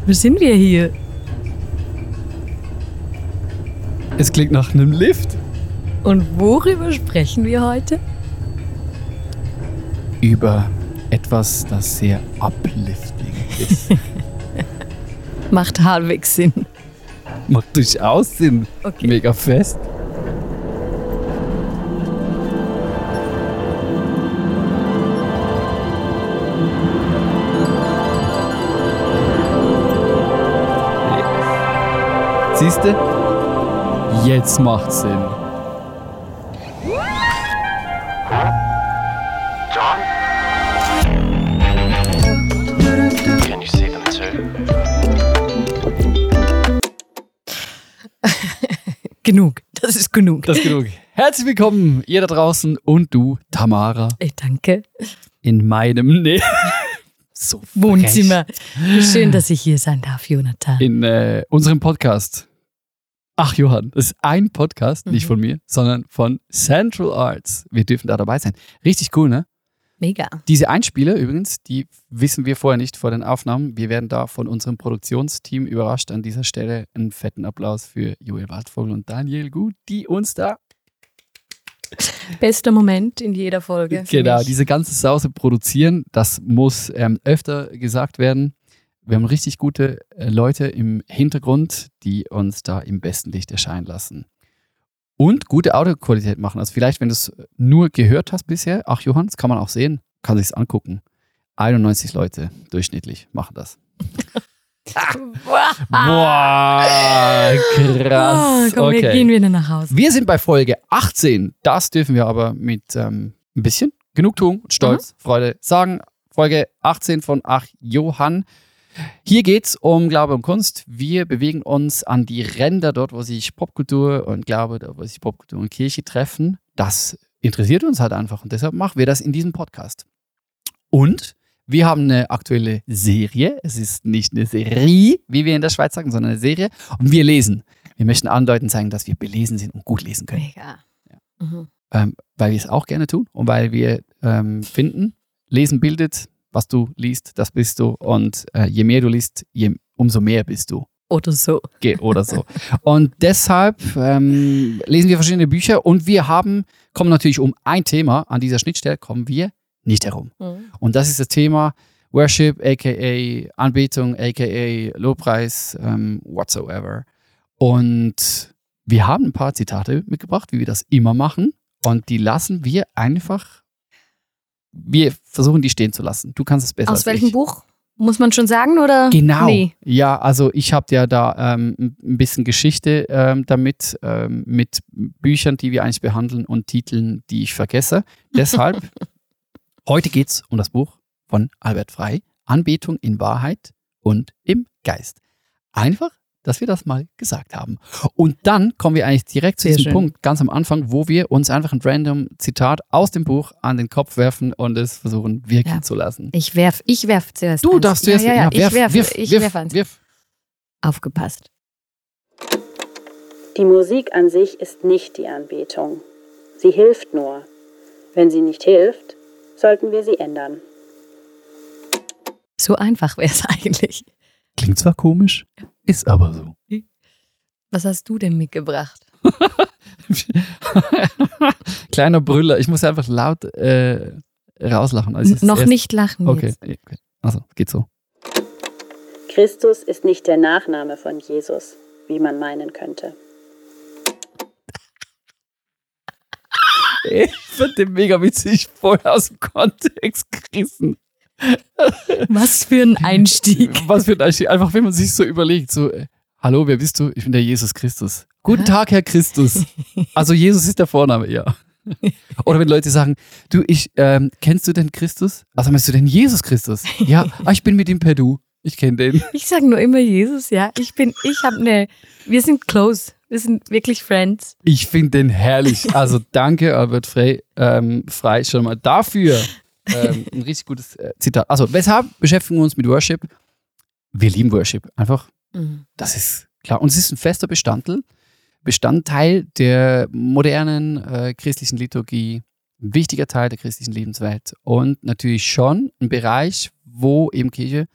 Wo sind wir hier? Es klingt nach einem Lift. Und worüber sprechen wir heute? Über etwas, das sehr uplifting ist. Macht halbwegs Sinn. Macht durchaus Sinn. Okay. Mega fest. Siehst du? Jetzt macht's Sinn. John? Can you see them too? Genug. Das ist genug. Das ist genug. Herzlich willkommen, ihr da draußen und du, Tamara, Ich danke. in meinem so frech. Wohnzimmer. Schön, dass ich hier sein darf, Jonathan. In unserem Podcast. Ach, Johann, das ist ein Podcast, nicht von mir, sondern von Central Arts. Wir dürfen da dabei sein. Richtig cool, ne? Mega. Diese Einspieler übrigens, die wissen wir vorher nicht vor den Aufnahmen. Wir werden da von unserem Produktionsteam überrascht. An dieser Stelle einen fetten Applaus für Joel Waldvogel und Daniel Gut, die uns da Bester Moment in jeder Folge. für genau mich. diese ganze Sause produzieren. Das muss öfter gesagt werden. Wir haben richtig gute Leute im Hintergrund, die uns da im besten Licht erscheinen lassen. Und gute Audioqualität machen. Also vielleicht, wenn du es nur gehört hast bisher, ach Johann, das kann man auch sehen, kann sich angucken. 91 Leute durchschnittlich machen das. Boah, krass. Komm, wir gehen wieder nach Hause. Wir sind bei Folge 18. Das dürfen wir aber mit ein bisschen Genugtuung und Stolz, Freude sagen. Folge 18 von Ach Johann. Hier geht es um Glaube und Kunst. Wir bewegen uns an die Ränder, dort, wo sich Popkultur und Glaube, dort, wo sich Popkultur und Kirche treffen. Das interessiert uns halt einfach und deshalb machen wir das in diesem Podcast. Und wir haben eine aktuelle Serie. Es ist nicht eine Serie, wie wir in der Schweiz sagen, sondern eine Serie. Und wir lesen. Wir möchten andeuten zeigen, dass wir belesen sind und gut lesen können. Mega. Ja. Mhm. Weil wir es auch gerne tun und weil wir finden, Lesen bildet. Was du liest, das bist du. Und je mehr du liest, umso mehr bist du. Oder so. Oder so. Und deshalb lesen wir verschiedene Bücher und wir kommen natürlich um ein Thema, an dieser Schnittstelle kommen wir nicht herum. Mhm. Und das ist das Thema Worship, aka Anbetung, aka Lobpreis, whatsoever. Und wir haben ein paar Zitate mitgebracht, wie wir das immer machen. Und die lassen wir einfach, wir versuchen die stehen zu lassen. Du kannst es besser Aus als welchem ich. Buch? Muss man schon sagen, oder? Genau. Nee. Ja, also ich habe ja da ein bisschen Geschichte damit, mit Büchern, die wir eigentlich behandeln und Titeln, die ich vergesse. Deshalb, heute geht es um das Buch von Albert Frey, Anbetung in Wahrheit und im Geist. Einfach, dass wir das mal gesagt haben. Und dann kommen wir eigentlich direkt zu Sehr diesem schön. Punkt, ganz am Anfang, wo wir uns einfach ein random Zitat aus dem Buch an den Kopf werfen und es versuchen wirken Ja. zu lassen. Ich werf zuerst. Du eins. darfst zuerst. Ja, ich werf wirf, eins. wirf. Aufgepasst. Die Musik an sich ist nicht die Anbetung. Sie hilft nur. Wenn sie nicht hilft, sollten wir sie ändern. So einfach wäre es eigentlich. Klingt zwar komisch, ist aber so. Was hast du denn mitgebracht? Kleiner Brüller, ich muss einfach laut rauslachen. als ich es Noch erst- nicht lachen Okay, jetzt. okay. Also, geht so. Christus ist nicht der Nachname von Jesus, wie man meinen könnte. Ich fand den mega witzig, voll aus dem Kontext gerissen. Was für ein Einstieg. Was für ein Einstieg. Einfach, wenn man sich so überlegt, so, hallo, wer bist du? Ich bin der Jesus Christus. Guten Tag, Herr Christus. Also Jesus ist der Vorname, ja. Oder wenn Leute sagen, du, kennst du denn Christus? Also meinst du denn Jesus Christus? Ja, ich bin mit ihm per Du. Ich kenne den. Ich sage nur immer Jesus, ja. Wir sind close. Wir sind wirklich Friends. Ich finde den herrlich. Also danke, Albert Frey, schon mal dafür. Ein richtig gutes Zitat. Also, weshalb beschäftigen wir uns mit Worship? Wir lieben Worship. Einfach, das ist klar. Und es ist ein fester Bestandteil der modernen christlichen Liturgie, ein wichtiger Teil der christlichen Lebenswelt und natürlich schon ein Bereich, wo eben Kirche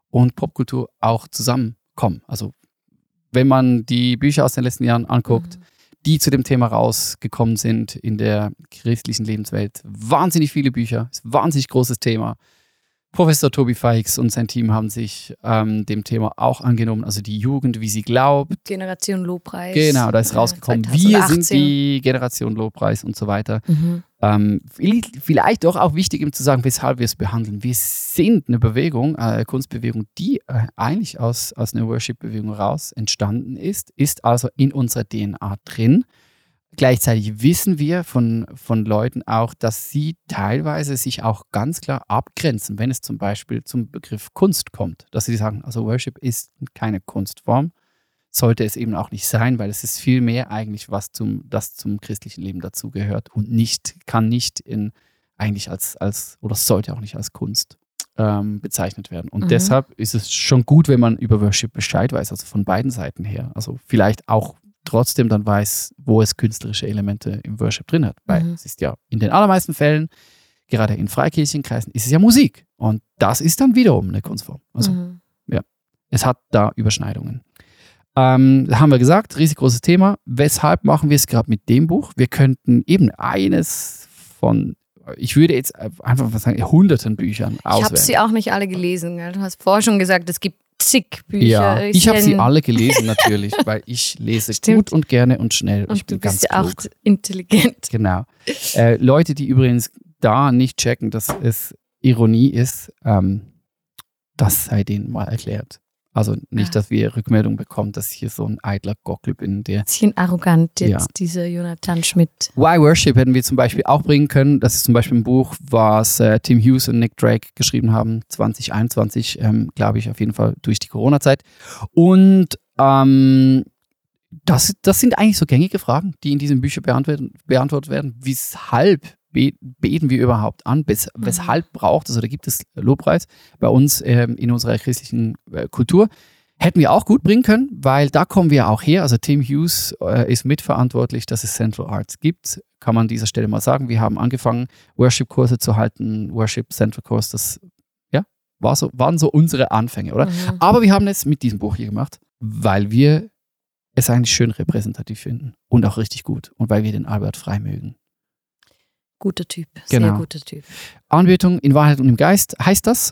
und Popkultur auch zusammenkommen. Also wenn man die Bücher aus den letzten Jahren anguckt, die zu dem Thema rausgekommen sind in der christlichen Lebenswelt, wahnsinnig viele Bücher, ist ein wahnsinnig großes Thema. Professor Tobi Feix und sein Team haben sich dem Thema auch angenommen, also die Jugend, wie sie glaubt. Generation Lobpreis. Genau, da ist rausgekommen, 2018. wir sind die Generation Lobpreis und so weiter. Vielleicht doch auch wichtig, ihm zu sagen, weshalb wir es behandeln. Wir sind eine Bewegung, Kunstbewegung, die eigentlich aus einer Worship-Bewegung raus entstanden ist also in unserer DNA drin. Gleichzeitig wissen wir von Leuten auch, dass sie teilweise sich auch ganz klar abgrenzen, wenn es zum Beispiel zum Begriff Kunst kommt. Dass sie sagen, also Worship ist keine Kunstform, sollte es eben auch nicht sein, weil es ist viel mehr eigentlich, das zum christlichen Leben dazugehört und kann nicht eigentlich oder sollte auch nicht als Kunst bezeichnet werden. Und deshalb ist es schon gut, wenn man über Worship Bescheid weiß, also von beiden Seiten her. Also vielleicht auch trotzdem dann weiß, wo es künstlerische Elemente im Worship drin hat. Weil es ist ja in den allermeisten Fällen, gerade in freikirchlichen Kreisen, ist es ja Musik. Und das ist dann wiederum eine Kunstform. Also ja, es hat da Überschneidungen. Haben wir gesagt, riesig großes Thema. Weshalb machen wir es gerade mit dem Buch? Wir könnten eben eines von, ich würde jetzt einfach mal sagen, hunderten Büchern auswählen. Ich habe sie auch nicht alle gelesen. Gell? Du hast vorher schon gesagt, es gibt zig Bücher. Ja, ich habe sie alle gelesen natürlich, weil ich lese gut und gerne und schnell. Und ich bin du bist ganz ja auch klug. intelligent. Genau. Leute, die übrigens da nicht checken, dass es Ironie ist, das sei denen mal erklärt. Also nicht, dass wir Rückmeldung bekommen, dass ich hier so ein eitler Gockel bin, der... Bisschen arrogant jetzt, dieser Jonathan Schmidt. Why Worship hätten wir zum Beispiel auch bringen können. Das ist zum Beispiel ein Buch, was Tim Hughes und Nick Drake geschrieben haben, 2021, glaube ich, auf jeden Fall durch die Corona-Zeit. Und das sind eigentlich so gängige Fragen, die in diesen Büchern beantwortet werden. Weshalb beten wir überhaupt an? Weshalb braucht es oder gibt es Lobpreis bei uns in unserer christlichen Kultur? Hätten wir auch gut bringen können, weil da kommen wir auch her. Also Tim Hughes ist mitverantwortlich, dass es Central Arts gibt. Kann man an dieser Stelle mal sagen. Wir haben angefangen, Worship-Kurse zu halten, Worship Central Course. Das waren so unsere Anfänge, oder? Aber wir haben es mit diesem Buch hier gemacht, weil wir es eigentlich schön repräsentativ finden und auch richtig gut und weil wir den Albert Frei mögen. Guter Typ, Genau. sehr guter Typ. Anbetung in Wahrheit und im Geist heißt das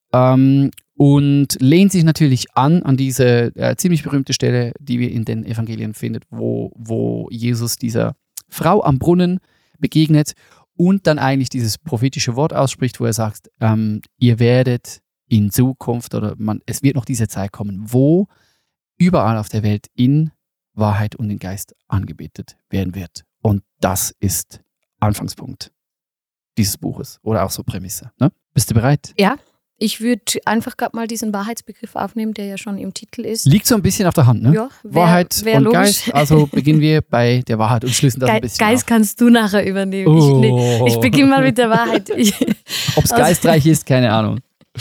und lehnt sich natürlich an diese ziemlich berühmte Stelle, die wir in den Evangelien finden, wo Jesus dieser Frau am Brunnen begegnet und dann eigentlich dieses prophetische Wort ausspricht, wo er sagt, ihr werdet in Zukunft es wird noch diese Zeit kommen, wo überall auf der Welt in Wahrheit und in Geist angebetet werden wird. Und das ist Anfangspunkt dieses Buches oder auch so Prämisse. Ne? Bist du bereit? Ja, ich würde einfach gerade mal diesen Wahrheitsbegriff aufnehmen, der ja schon im Titel ist. Liegt so ein bisschen auf der Hand, ne? Ja, Wahrheit und logisch. Geist. Also beginnen wir bei der Wahrheit und schließen das ein bisschen Geist auf. kannst du nachher übernehmen. Oh. Ich beginne mal mit der Wahrheit. Ob es geistreich ist, keine Ahnung.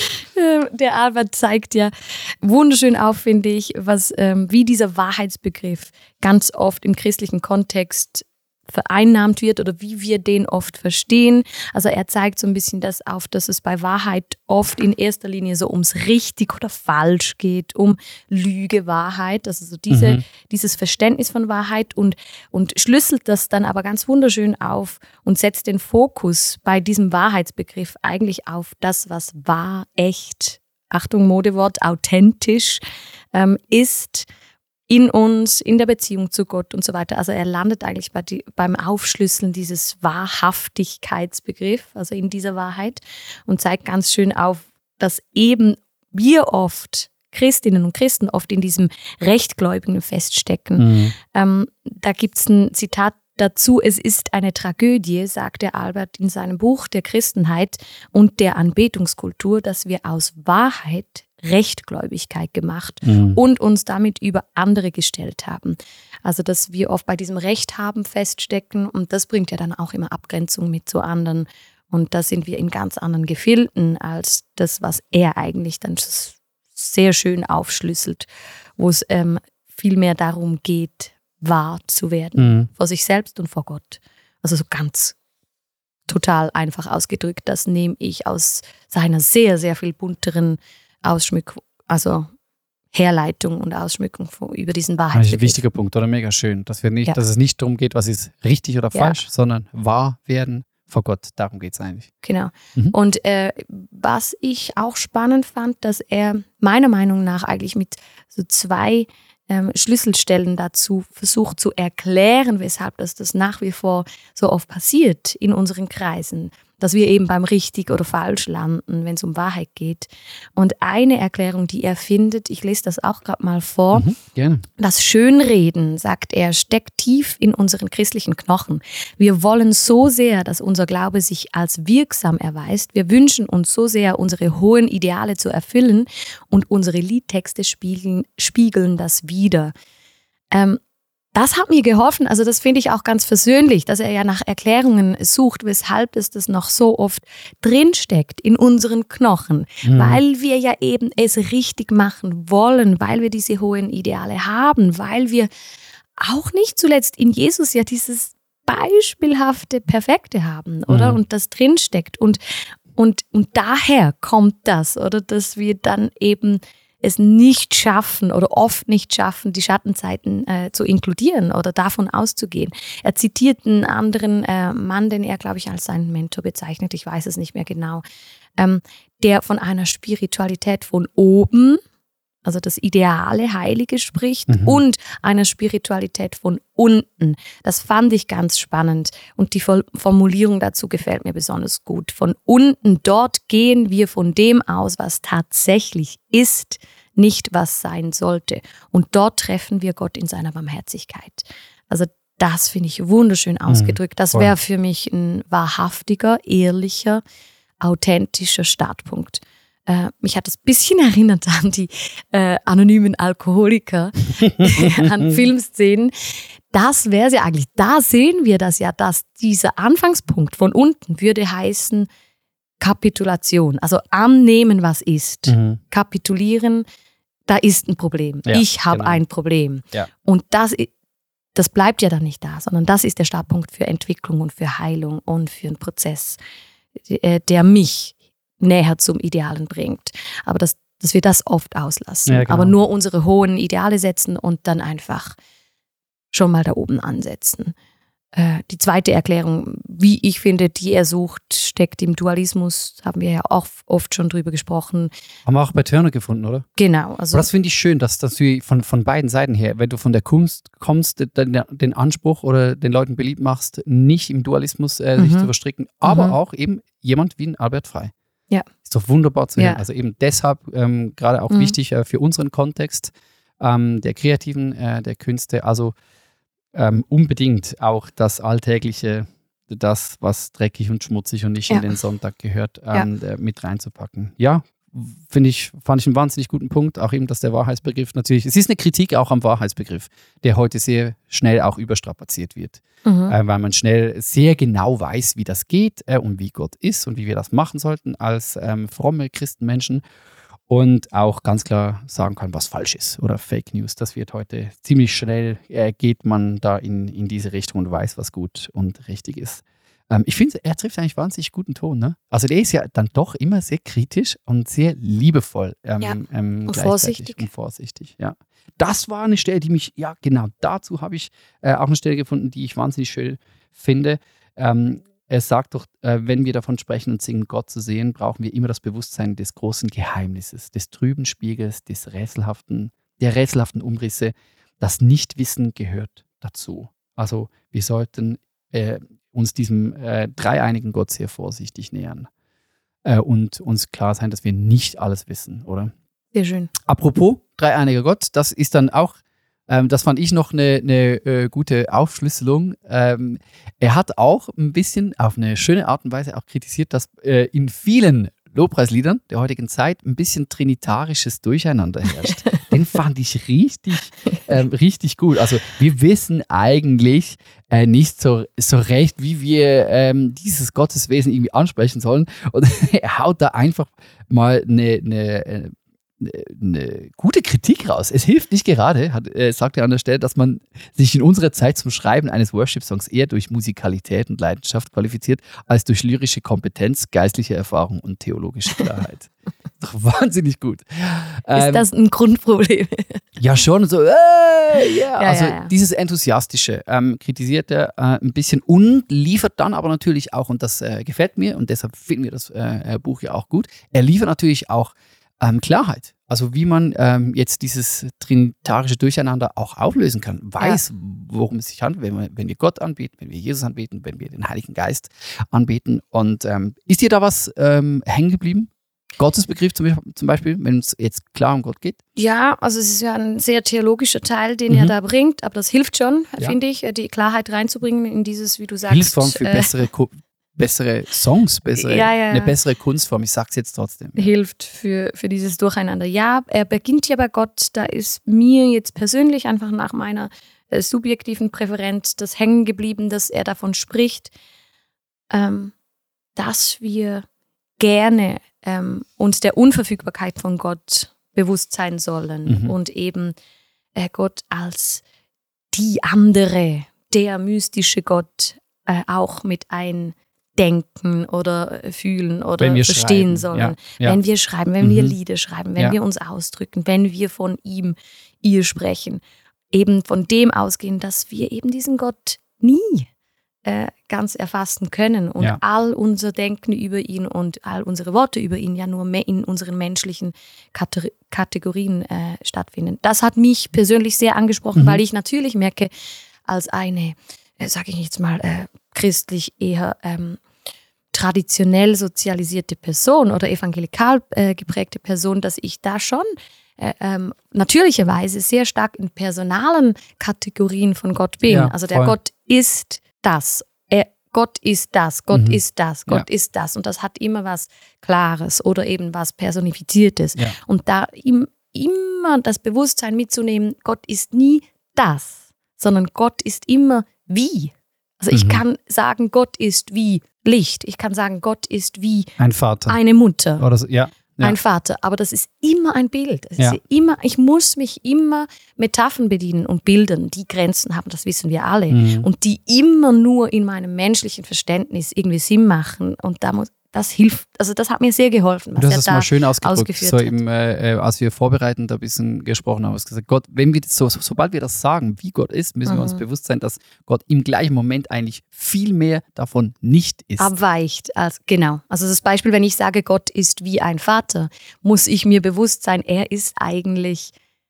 Der Albert zeigt ja wunderschön auf, finde ich, wie dieser Wahrheitsbegriff ganz oft im christlichen Kontext vereinnahmt wird oder wie wir den oft verstehen. Also er zeigt so ein bisschen das auf, dass es bei Wahrheit oft in erster Linie so ums richtig oder falsch geht, um Lüge, Wahrheit, also so dieses Verständnis von Wahrheit und schlüsselt das dann aber ganz wunderschön auf und setzt den Fokus bei diesem Wahrheitsbegriff eigentlich auf das, was wahr, echt, Achtung, Modewort, authentisch ist, in uns, in der Beziehung zu Gott und so weiter. Also er landet eigentlich beim Aufschlüsseln dieses Wahrhaftigkeitsbegriff, also in dieser Wahrheit und zeigt ganz schön auf, dass eben wir oft, Christinnen und Christen, oft in diesem Rechtgläubigen feststecken. Da gibt es ein Zitat dazu, es ist eine Tragödie, sagt der Albert in seinem Buch der Christenheit und der Anbetungskultur, dass wir aus Wahrheit Rechtgläubigkeit gemacht und uns damit über andere gestellt haben. Also, dass wir oft bei diesem Recht haben feststecken und das bringt ja dann auch immer Abgrenzung mit zu anderen und da sind wir in ganz anderen Gefilden als das, was er eigentlich dann sehr schön aufschlüsselt, wo es viel mehr darum geht, wahr zu werden vor sich selbst und vor Gott. Also so ganz total einfach ausgedrückt, das nehme ich aus seiner sehr, sehr viel bunteren Herleitung und Ausschmückung über diesen Das ist Wahrheitsbegriff. ein wichtiger Punkt, oder? Mega schön. Dass Ja. es nicht darum geht, was ist richtig oder Ja. falsch, sondern wahr werden vor Gott. Darum geht es eigentlich. Genau. Mhm. Und was ich auch spannend fand, dass er meiner Meinung nach eigentlich mit so 2 Schlüsselstellen dazu versucht zu erklären, weshalb das nach wie vor so oft passiert in unseren Kreisen, dass wir eben beim richtig oder falsch landen, wenn es um Wahrheit geht. Und eine Erklärung, die er findet, ich lese das auch gerade mal vor, Gerne. das Schönreden, sagt er, steckt tief in unseren christlichen Knochen. Wir wollen so sehr, dass unser Glaube sich als wirksam erweist. Wir wünschen uns so sehr, unsere hohen Ideale zu erfüllen, und unsere Liedtexte spiegeln das wider. Das hat mir geholfen, also das finde ich auch ganz versöhnlich, dass er ja nach Erklärungen sucht, weshalb das noch so oft drinsteckt in unseren Knochen, weil wir ja eben es richtig machen wollen, weil wir diese hohen Ideale haben, weil wir auch nicht zuletzt in Jesus ja dieses beispielhafte Perfekte haben, oder? Und das drinsteckt und daher kommt das, oder? Dass wir dann eben es nicht schaffen oder oft nicht schaffen, die Schattenzeiten zu inkludieren oder davon auszugehen. Er zitiert einen anderen Mann, den er, glaube ich, als seinen Mentor bezeichnet, ich weiß es nicht mehr genau, der von einer Spiritualität von oben, also das ideale Heilige spricht, und einer Spiritualität von unten. Das fand ich ganz spannend und die Formulierung dazu gefällt mir besonders gut. Von unten, dort gehen wir von dem aus, was tatsächlich ist, nicht was sein sollte. Und dort treffen wir Gott in seiner Barmherzigkeit. Also das finde ich wunderschön ausgedrückt. Das wäre für mich ein wahrhaftiger, ehrlicher, authentischer Startpunkt. Mich hat das ein bisschen erinnert an die anonymen Alkoholiker, an Filmszenen. Das wäre es ja eigentlich, da sehen wir das ja, dass dieser Anfangspunkt von unten würde heißen Kapitulation, also annehmen, was ist. Kapitulieren, da ist ein Problem. Ja, ich habe genau. ein Problem. Ja. Und das bleibt ja dann nicht da, sondern das ist der Startpunkt für Entwicklung und für Heilung und für einen Prozess, der mich näher zum Idealen bringt. Aber dass wir das oft auslassen. Ja, genau. Aber nur unsere hohen Ideale setzen und dann einfach schon mal da oben ansetzen. Die zweite Erklärung, wie ich finde, die er sucht, steckt im Dualismus. Haben wir ja auch oft schon drüber gesprochen. Haben wir auch bei Turner gefunden, oder? Genau. Also Aber das finde ich schön, dass du von beiden Seiten her, wenn du von der Kunst kommst, den Anspruch oder den Leuten beliebt machst, nicht im Dualismus sich zu verstricken, aber auch eben jemand wie ein Albert Frei. Ja. Ist doch wunderbar zu hören. Ja. Also eben deshalb gerade auch wichtig für unseren Kontext der Kreativen, der Künste. Also unbedingt auch das Alltägliche, das, was dreckig und schmutzig und nicht in den Sonntag gehört, mit reinzupacken. Ja, fand ich einen wahnsinnig guten Punkt. Auch eben, dass der Wahrheitsbegriff natürlich, es ist eine Kritik auch am Wahrheitsbegriff, der heute sehr schnell auch überstrapaziert wird. Weil man schnell sehr genau weiß, wie das geht und wie Gott ist und wie wir das machen sollten als fromme Christenmenschen. Und auch ganz klar sagen kann, was falsch ist oder Fake News. Das wird heute ziemlich schnell, geht man da in diese Richtung und weiß, was gut und richtig ist. Ich finde, er trifft eigentlich wahnsinnig guten Ton. Ne? Also der ist ja dann doch immer sehr kritisch und sehr liebevoll. Und vorsichtig. Und vorsichtig, ja. Das war eine Stelle, die mich, ja genau, dazu habe ich auch eine Stelle gefunden, die ich wahnsinnig schön finde. Er sagt doch, wenn wir davon sprechen und singen, Gott zu sehen, brauchen wir immer das Bewusstsein des großen Geheimnisses, des trüben Spiegels, der rätselhaften Umrisse. Das Nichtwissen gehört dazu. Also wir sollten uns diesem dreieinigen Gott sehr vorsichtig nähern und uns klar sein, dass wir nicht alles wissen, oder? sehr schön. Apropos dreieiniger Gott, das ist dann auch das fand ich noch eine gute Aufschlüsselung. Er hat auch ein bisschen auf eine schöne Art und Weise auch kritisiert, dass in vielen Lobpreisliedern der heutigen Zeit ein bisschen trinitarisches Durcheinander herrscht. Den fand ich richtig gut. Also wir wissen eigentlich nicht so recht, wie wir dieses Gotteswesen irgendwie ansprechen sollen. Und er haut da einfach mal eine eine gute Kritik raus. Es hilft nicht gerade, sagt er an der Stelle, dass man sich in unserer Zeit zum Schreiben eines Worship-Songs eher durch Musikalität und Leidenschaft qualifiziert, als durch lyrische Kompetenz, geistliche Erfahrung und theologische Klarheit. Doch wahnsinnig gut. Ist das ein Grundproblem? Ja, schon so, yeah. Also ja. dieses Enthusiastische kritisiert er ein bisschen und liefert dann aber natürlich auch, und das gefällt mir und deshalb finden wir das Buch ja auch gut, er liefert natürlich auch Klarheit. Also wie man jetzt dieses trinitarische Durcheinander auch auflösen kann. Weiß, worum es sich handelt, wenn wir Gott anbeten, wenn wir Jesus anbeten, wenn wir den Heiligen Geist anbeten. Und ist dir da was hängen geblieben? Gottesbegriff zum Beispiel, wenn es jetzt klar um Gott geht? Ja, also es ist ja ein sehr theologischer Teil, den er da bringt, aber das hilft schon, finde ich, die Klarheit reinzubringen in dieses, wie du sagst. Hilfsform für bessere Songs, eine bessere Kunstform, ich sag's jetzt trotzdem. Hilft für dieses Durcheinander. Ja, er beginnt ja bei Gott, da ist mir jetzt persönlich einfach nach meiner subjektiven Präferenz das hängen geblieben, dass er davon spricht, dass wir gerne uns der Unverfügbarkeit von Gott bewusst sein sollen und eben Gott als die andere, der mystische Gott auch mit eindenken oder fühlen oder verstehen sollen. Ja. Wenn wir schreiben, wenn wir Lieder schreiben, wenn wir uns ausdrücken, wenn wir von ihm, ihr sprechen, eben von dem ausgehen, dass wir eben diesen Gott nie ganz erfassen können und all unser Denken über ihn und all unsere Worte über ihn ja nur in unseren menschlichen Kategorien stattfinden. Das hat mich persönlich sehr angesprochen, weil ich natürlich merke, als eine, sage ich jetzt mal, christlich eher traditionell sozialisierte Person oder evangelikal geprägte Person, dass ich da schon natürlicherweise sehr stark in personalen Kategorien von Gott bin. Ja, also der voll. Gott ist das. Gott ist das, Gott ist das, Gott ist das. Und das hat immer was Klares oder eben was Personifiziertes. Ja. Und da immer das Bewusstsein mitzunehmen, Gott ist nie das, sondern Gott ist immer wie. Also ich kann sagen, Gott ist wie Licht. Ich kann sagen, Gott ist wie ein Vater. Eine Mutter. Oder so, Ein Vater, aber das ist immer ein Bild. Es Ja. ist immer, ich muss mich immer Metaphern bedienen und Bildern, die Grenzen haben, das wissen wir alle. Und die immer nur in meinem menschlichen Verständnis irgendwie Sinn machen. Und das hilft, also das hat mir sehr geholfen, was Du hast er es da mal schön ausgedrückt, ausgeführt so hat. eben, als wir vorbereitend ein bisschen gesprochen haben, hast gesagt, Gott, wenn wir sobald wir das sagen, wie Gott ist, müssen wir uns bewusst sein, dass Gott im gleichen Moment eigentlich viel mehr davon nicht ist. Abweicht. Genau. Also das Beispiel, wenn ich sage, Gott ist wie ein Vater, muss ich mir bewusst sein, er ist eigentlich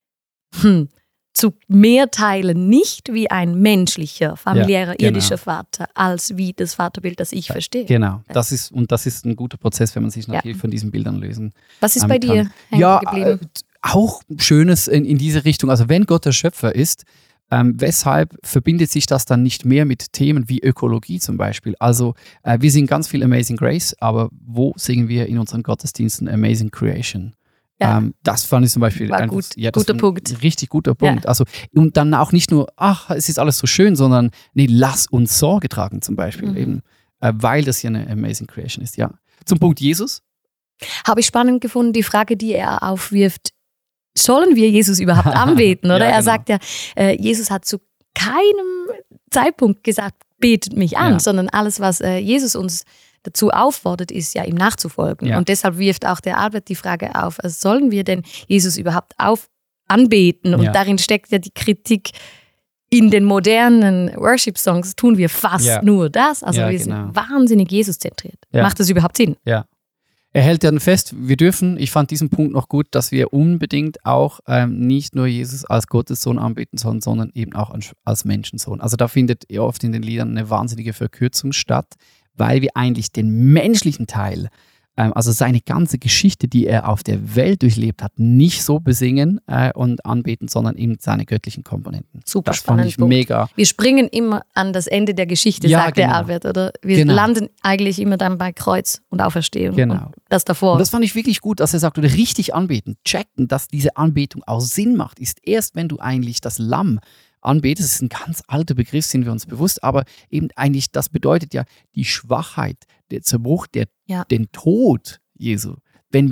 zu mehr Teilen nicht wie ein menschlicher, familiärer, irdischer Vater, als wie das Vaterbild, das ich verstehe. Genau, das ist ein guter Prozess, wenn man sich natürlich von diesen Bildern lösen Was ist bei dir kann. hängen geblieben? Auch Schönes in diese Richtung. Also wenn Gott der Schöpfer ist, weshalb verbindet sich das dann nicht mehr mit Themen wie Ökologie zum Beispiel? Also wir singen ganz viel Amazing Grace, aber wo singen wir in unseren Gottesdiensten Amazing Creation? Ja. Das fand ich zum Beispiel War einfach, gut. das Guter war ein Punkt. richtig guter Punkt. Ja. Also, und dann auch nicht nur, es ist alles so schön, sondern nee, lass uns Sorge tragen zum Beispiel eben, weil das hier eine Amazing Creation ist. Ja. Zum Punkt Jesus. Habe ich spannend gefunden, die Frage, die er aufwirft, sollen wir Jesus überhaupt anbeten? Oder Ja, er genau. sagt ja, Jesus hat zu keinem Zeitpunkt gesagt, betet mich an, sondern alles, was Jesus uns dazu auffordert, ist ja ihm nachzufolgen. Ja. Und deshalb wirft auch der Albert die Frage auf, sollen wir denn Jesus überhaupt anbeten? Und darin steckt ja die Kritik, in den modernen Worship-Songs tun wir fast nur das. Also wir sind wahnsinnig Jesus-zentriert. Ja. Macht das überhaupt Sinn? Ja. Er hält dann fest, wir dürfen, ich fand diesen Punkt noch gut, dass wir unbedingt auch nicht nur Jesus als Gottessohn anbeten sollen, sondern eben auch als Menschensohn. Also da findet oft in den Liedern eine wahnsinnige Verkürzung statt, weil wir eigentlich den menschlichen Teil, also seine ganze Geschichte, die er auf der Welt durchlebt hat, nicht so besingen und anbeten, sondern eben seine göttlichen Komponenten. Super das fand ich spannend. mega. Wir springen immer an das Ende der Geschichte, sagt der Albert, oder? Wir landen eigentlich immer dann bei Kreuz und Auferstehung. Genau. Und das davor. Und das fand ich wirklich gut, dass er sagt, oder richtig anbeten, checken, dass diese Anbetung auch Sinn macht, ist erst, wenn du eigentlich das Lamm anbetest. Das ist ein ganz alter Begriff, sind wir uns bewusst, aber eben eigentlich, das bedeutet ja die Schwachheit, der Zerbruch, den Tod Jesu. Wenn wir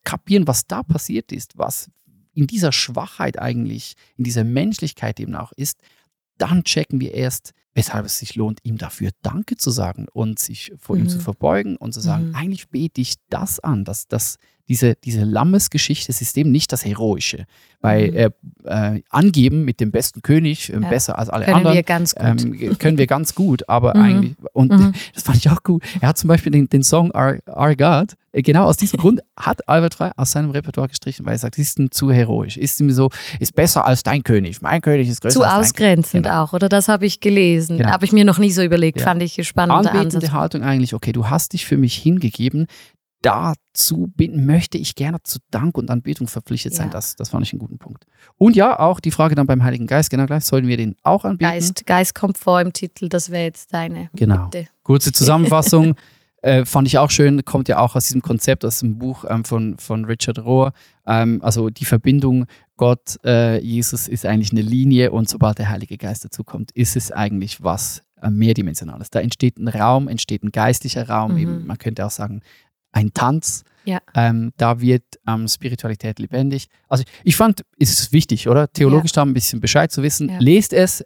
kapieren, was da passiert ist, was in dieser Schwachheit eigentlich, in dieser Menschlichkeit eben auch ist, dann checken wir erst, weshalb es sich lohnt, ihm dafür Danke zu sagen und sich vor ihm zu verbeugen und zu sagen, eigentlich bete ich das an, dass diese Lammesgeschichte, es ist eben nicht das Heroische, weil angeben mit dem besten König, besser als alle anderen, können wir ganz gut, aber eigentlich, und das fand ich auch gut, er hat zum Beispiel den Song Our God, genau aus diesem Grund hat Albert Frey aus seinem Repertoire gestrichen, weil er sagt, ist ihm zu heroisch, ist ihm so, ist besser als dein König, mein König ist größer zu als dein ausgrenzend König. auch, oder? Das habe ich gelesen, habe ich mir noch nie so überlegt, fand ich spannend. Anbetende Ansatz. Haltung eigentlich, okay, du hast dich für mich hingegeben, dazu möchte ich gerne zu Dank und Anbetung verpflichtet sein. Das fand ich einen guten Punkt. Und ja, auch die Frage dann beim Heiligen Geist, genau gleich, sollen wir den auch anbeten? Geist kommt vor im Titel, das wäre jetzt deine Bitte. Kurze Zusammenfassung, fand ich auch schön, kommt ja auch aus diesem Konzept, aus dem Buch von Richard Rohr. Also die Verbindung Gott, Jesus ist eigentlich eine Linie und sobald der Heilige Geist dazu kommt, ist es eigentlich was Mehrdimensionales. Da entsteht ein Raum, entsteht ein geistlicher Raum, eben, man könnte auch sagen, ein Tanz. Ja. Da wird Spiritualität lebendig. Also ich fand, es ist wichtig, oder? Theologisch da ein bisschen Bescheid zu wissen. Ja. Lest es,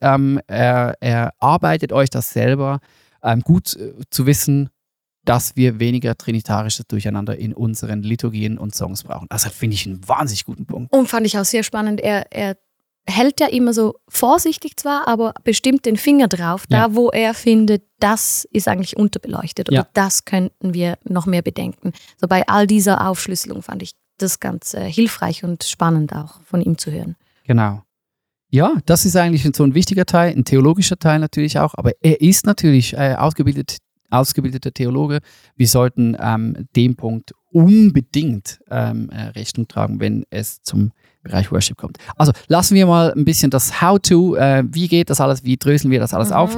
erarbeitet euch das selber. Gut zu wissen, dass wir weniger trinitarisches Durcheinander in unseren Liturgien und Songs brauchen. Das finde ich einen wahnsinnig guten Punkt. Und fand ich auch sehr spannend. Er hält ja immer so vorsichtig zwar, aber bestimmt den Finger drauf, da wo er findet, das ist eigentlich unterbeleuchtet oder das könnten wir noch mehr bedenken. So bei all dieser Aufschlüsselung fand ich das ganz hilfreich und spannend auch von ihm zu hören. Genau. Ja, das ist eigentlich so ein wichtiger Teil, ein theologischer Teil natürlich auch, aber er ist natürlich ausgebildeter Theologe. Wir sollten dem Punkt unbedingt Rechnung tragen, wenn es zum Bereich Worship kommt. Also lassen wir mal ein bisschen das How-to, wie geht das alles, wie dröseln wir das alles auf.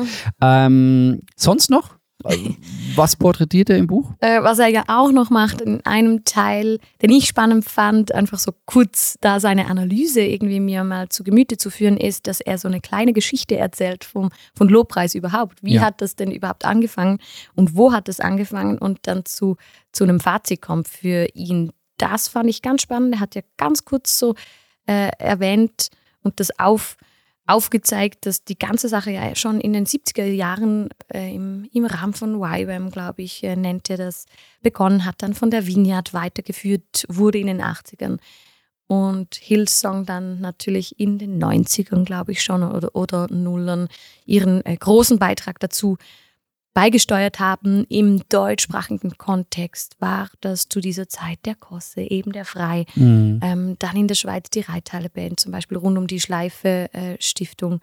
Sonst noch? Was porträtiert er im Buch? Was er ja auch noch macht in einem Teil, den ich spannend fand, einfach so kurz da seine Analyse irgendwie mir mal zu Gemüte zu führen, ist, dass er so eine kleine Geschichte erzählt von Lobpreis überhaupt. Wie hat das denn überhaupt angefangen und wo hat es angefangen und dann zu einem Fazit kommt für ihn. Das fand ich ganz spannend. Er hat ja ganz kurz so erwähnt und das aufgezeigt, dass die ganze Sache ja schon in den 70er Jahren im Rahmen von YWAM, glaube ich, nennt er das, begonnen hat, dann von der Vineyard weitergeführt wurde in den 80ern. Und Hillsong dann natürlich in den 90ern, glaube ich schon, oder Nullern ihren großen Beitrag dazu beigesteuert haben. Im deutschsprachigen Kontext war das zu dieser Zeit der Kosse, eben der Frei. Dann in der Schweiz die Reithalle-Band, zum Beispiel rund um die Schleife-Stiftung.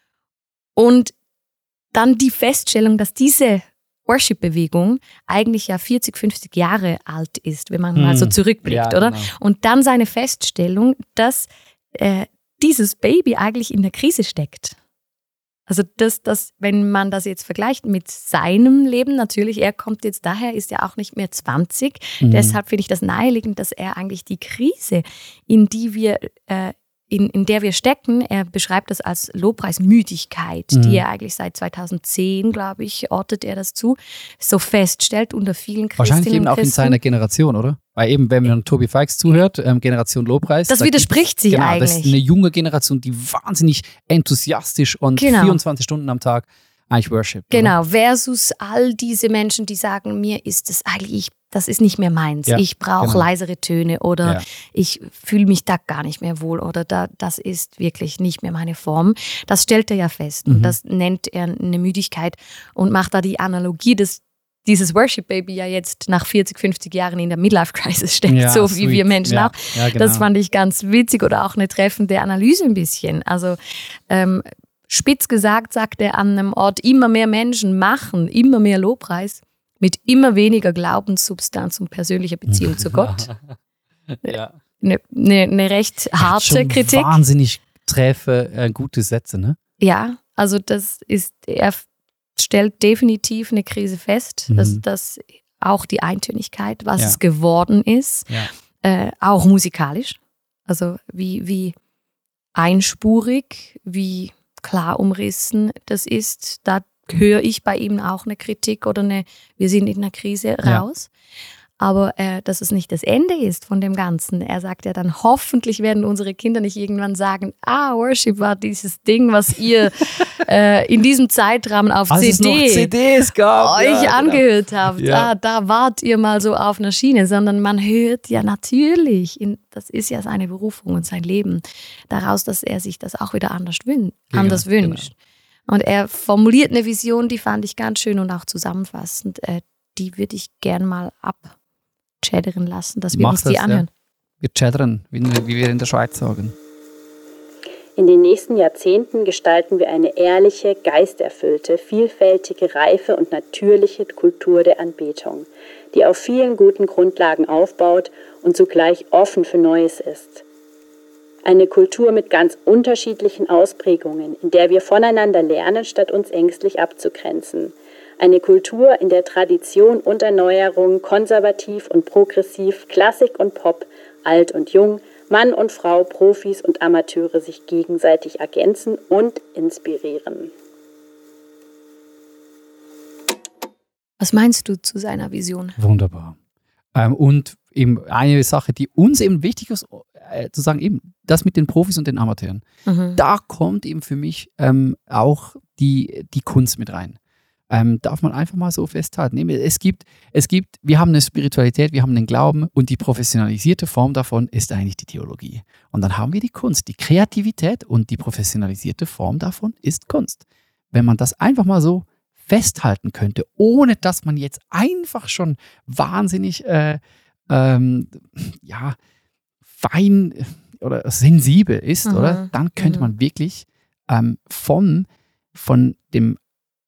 Und dann die Feststellung, dass diese Worship-Bewegung eigentlich ja 40, 50 Jahre alt ist, wenn man mal so zurückblickt, oder? Genau. Und dann seine Feststellung, dass dieses Baby eigentlich in der Krise steckt. Also wenn man das jetzt vergleicht mit seinem Leben, natürlich, er kommt jetzt daher, ist ja auch nicht mehr 20. Deshalb finde ich das naheliegend, dass er eigentlich die Krise, in die wir in der wir stecken, er beschreibt das als Lobpreismüdigkeit, die er eigentlich seit 2010, glaube ich, ortet er das zu, so feststellt unter vielen Christinnen Wahrscheinlich eben auch in seiner Generation, oder? Weil eben, wenn man Tobi Feix zuhört, Generation Lobpreis. Das widerspricht sich eigentlich. Das ist eine junge Generation, die wahnsinnig enthusiastisch und 24 Stunden am Tag eigentlich worship. Genau, oder? Versus all diese Menschen, die sagen, mir ist es eigentlich, das ist nicht mehr meins. Ja, ich brauche leisere Töne oder ich fühle mich da gar nicht mehr wohl oder das ist wirklich nicht mehr meine Form. Das stellt er ja fest und das nennt er eine Müdigkeit und macht da die Analogie, dass dieses Worship-Baby ja jetzt nach 40, 50 Jahren in der Midlife-Crisis steckt, so wie wir Menschen auch. Ja, genau. Das fand ich ganz witzig oder auch eine treffende Analyse ein bisschen. Also spitz gesagt, sagt er an einem Ort, immer mehr Menschen machen immer mehr Lobpreis mit immer weniger Glaubenssubstanz und persönlicher Beziehung zu Gott. Eine recht harte Kritik. Wahnsinnig träfe, gute Sätze, ne? Ja, also er stellt definitiv eine Krise fest, dass auch die Eintönigkeit, was es geworden ist, auch musikalisch, also wie einspurig, wie klar umrissen das ist, da höre ich bei ihm auch eine Kritik oder wir sind in einer Krise raus. aber dass es nicht das Ende ist von dem Ganzen. Er sagt ja dann, hoffentlich werden unsere Kinder nicht irgendwann sagen, Worship war dieses Ding, was ihr in diesem Zeitrahmen auf Als es noch CDs gab, euch angehört habt. Ja. Da wart ihr mal so auf einer Schiene, sondern man hört ja natürlich, das ist ja seine Berufung und sein Leben, daraus, dass er sich das auch wieder anders wünscht. Genau. Und er formuliert eine Vision, die fand ich ganz schön und auch zusammenfassend. Die würde ich gern mal abchattern lassen, dass wir Mach uns die das, anhören. Ja. Wir chattern, wie wir in der Schweiz sagen. In den nächsten Jahrzehnten gestalten wir eine ehrliche, geisterfüllte, vielfältige, reife und natürliche Kultur der Anbetung, die auf vielen guten Grundlagen aufbaut und zugleich offen für Neues ist. Eine Kultur mit ganz unterschiedlichen Ausprägungen, in der wir voneinander lernen, statt uns ängstlich abzugrenzen. Eine Kultur, in der Tradition und Erneuerung, konservativ und progressiv, Klassik und Pop, alt und jung, Mann und Frau, Profis und Amateure sich gegenseitig ergänzen und inspirieren. Was meinst du zu seiner Vision? Wunderbar. Und eben eine Sache, die uns eben wichtig ist, zu sagen, eben das mit den Profis und den Amateuren. Da kommt eben für mich auch die Kunst mit rein. Darf man einfach mal so festhalten. Wir haben eine Spiritualität, wir haben den Glauben und die professionalisierte Form davon ist eigentlich die Theologie. Und dann haben wir die Kunst, die Kreativität und die professionalisierte Form davon ist Kunst. Wenn man das einfach mal so festhalten könnte, ohne dass man jetzt einfach schon wahnsinnig fein oder sensibel ist, oder? Dann könnte man wirklich von dem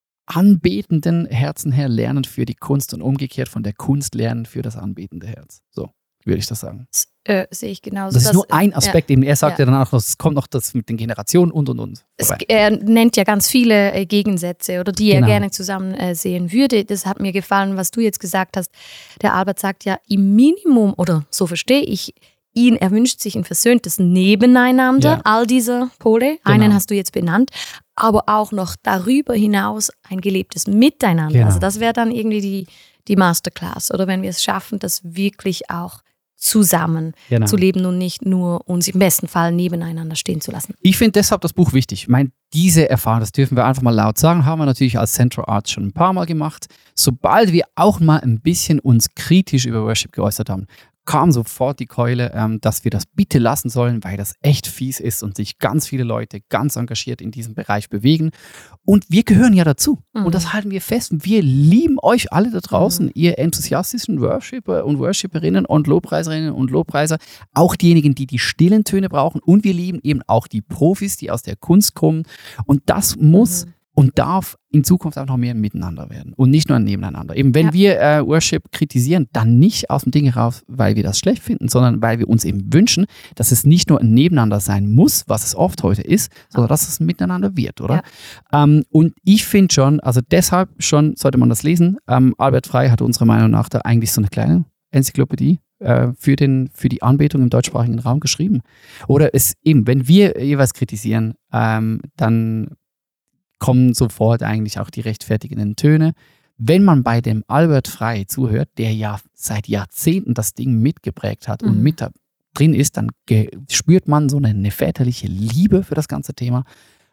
anbetenden Herzen her lernen für die Kunst und umgekehrt von der Kunst lernen für das anbetende Herz. So würde ich das sagen. Sehe ich genauso. Das ist nur ein Aspekt, eben er sagt ja danach noch, es kommt noch das mit den Generationen und. Er nennt ja ganz viele Gegensätze oder die er gerne zusammen sehen würde. Das hat mir gefallen, was du jetzt gesagt hast. Der Albert sagt ja im Minimum, oder so verstehe ich ihn, er wünscht sich ein versöhntes Nebeneinander all dieser Pole. Genau. Einen hast du jetzt benannt, aber auch noch darüber hinaus ein gelebtes Miteinander. Genau. Also das wäre dann irgendwie die Masterclass. Oder wenn wir es schaffen, das wirklich auch zusammen zu leben und nicht nur uns im besten Fall nebeneinander stehen zu lassen. Ich finde deshalb das Buch wichtig. Ich meine, diese Erfahrung, das dürfen wir einfach mal laut sagen, haben wir natürlich als Central Arts schon ein paar Mal gemacht. Sobald wir auch mal ein bisschen uns kritisch über Worship geäußert haben, kam sofort die Keule, dass wir das bitte lassen sollen, weil das echt fies ist und sich ganz viele Leute ganz engagiert in diesem Bereich bewegen. Und wir gehören ja dazu. Und das halten wir fest. Wir lieben euch alle da draußen, ihr enthusiastischen Worshipper und Worshiperinnen und Lobpreiserinnen und Lobpreiser. Auch diejenigen, die die stillen Töne brauchen. Und wir lieben eben auch die Profis, die aus der Kunst kommen. Und das muss und darf in Zukunft auch noch mehr ein Miteinander werden und nicht nur ein Nebeneinander. Eben wenn wir Worship kritisieren, dann nicht aus dem Ding heraus, weil wir das schlecht finden, sondern weil wir uns eben wünschen, dass es nicht nur ein Nebeneinander sein muss, was es oft heute ist, sondern dass es ein Miteinander wird, oder? Ja. Und ich finde schon, also deshalb schon sollte man das lesen. Albert Frey hat unserer Meinung nach da eigentlich so eine kleine Enzyklopädie für die Anbetung im deutschsprachigen Raum geschrieben. Oder es eben, wenn wir jeweils kritisieren, dann kommen sofort eigentlich auch die rechtfertigenden Töne. Wenn man bei dem Albert Frey zuhört, der ja seit Jahrzehnten das Ding mitgeprägt hat und mit da drin ist, dann spürt man so eine väterliche Liebe für das ganze Thema,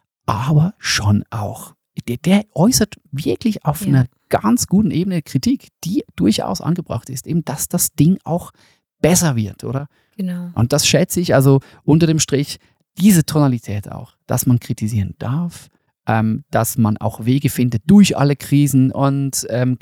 aber schon auch. Der äußert wirklich auf einer ganz guten Ebene Kritik, die durchaus angebracht ist, eben, dass das Ding auch besser wird, oder? Genau. Und das schätze ich also unter dem Strich, diese Tonalität auch, dass man kritisieren darf, dass man auch Wege findet durch alle Krisen und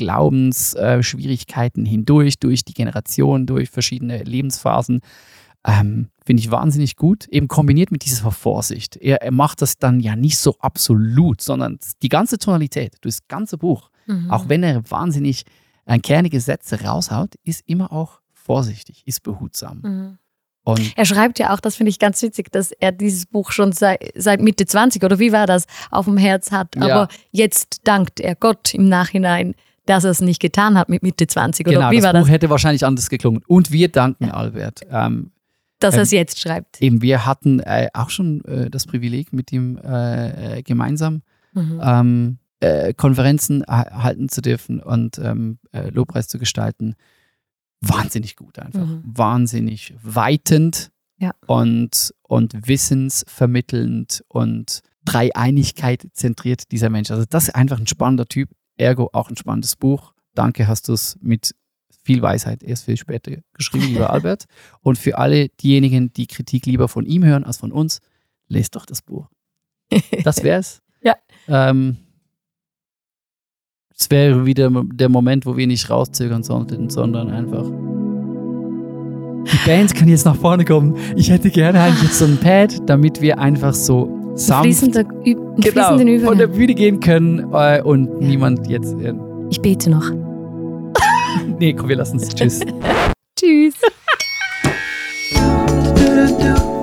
Glaubensschwierigkeiten hindurch, durch die Generation, durch verschiedene Lebensphasen, finde ich wahnsinnig gut. Eben kombiniert mit dieser Vorsicht. Er macht das dann ja nicht so absolut, sondern die ganze Tonalität, durch das ganze Buch, auch wenn er wahnsinnig kernige Sätze raushaut, ist immer auch vorsichtig, ist behutsam. Und er schreibt ja auch, das finde ich ganz witzig, dass er dieses Buch schon seit Mitte 20 oder wie war das, auf dem Herz hat. Aber jetzt dankt er Gott im Nachhinein, dass er es nicht getan hat mit Mitte 20. Oder wie war das? Das Buch hätte wahrscheinlich anders geklungen. Und wir danken Albert. Dass er es jetzt schreibt. Eben, wir hatten auch schon das Privileg, mit ihm gemeinsam Konferenzen halten zu dürfen und Lobpreis zu gestalten. wahnsinnig gut einfach. Wahnsinnig weitend und wissensvermittelnd und Dreieinigkeit zentriert dieser Mensch. Also das ist einfach ein spannender Typ, ergo auch ein spannendes Buch. Danke, hast du es mit viel Weisheit erst viel später geschrieben, lieber Albert. Und für alle diejenigen, die Kritik lieber von ihm hören als von uns, lest doch das Buch. Das wär's. Ja. Es wäre wieder der Moment, wo wir nicht rauszögern sollten, sondern einfach die Bands können jetzt nach vorne kommen. Ich hätte gerne eigentlich jetzt so ein Pad, damit wir einfach so sanft von der Bühne gehen können und niemand jetzt... Ich bete noch. Nee, komm, wir lassen es. Tschüss. Tschüss.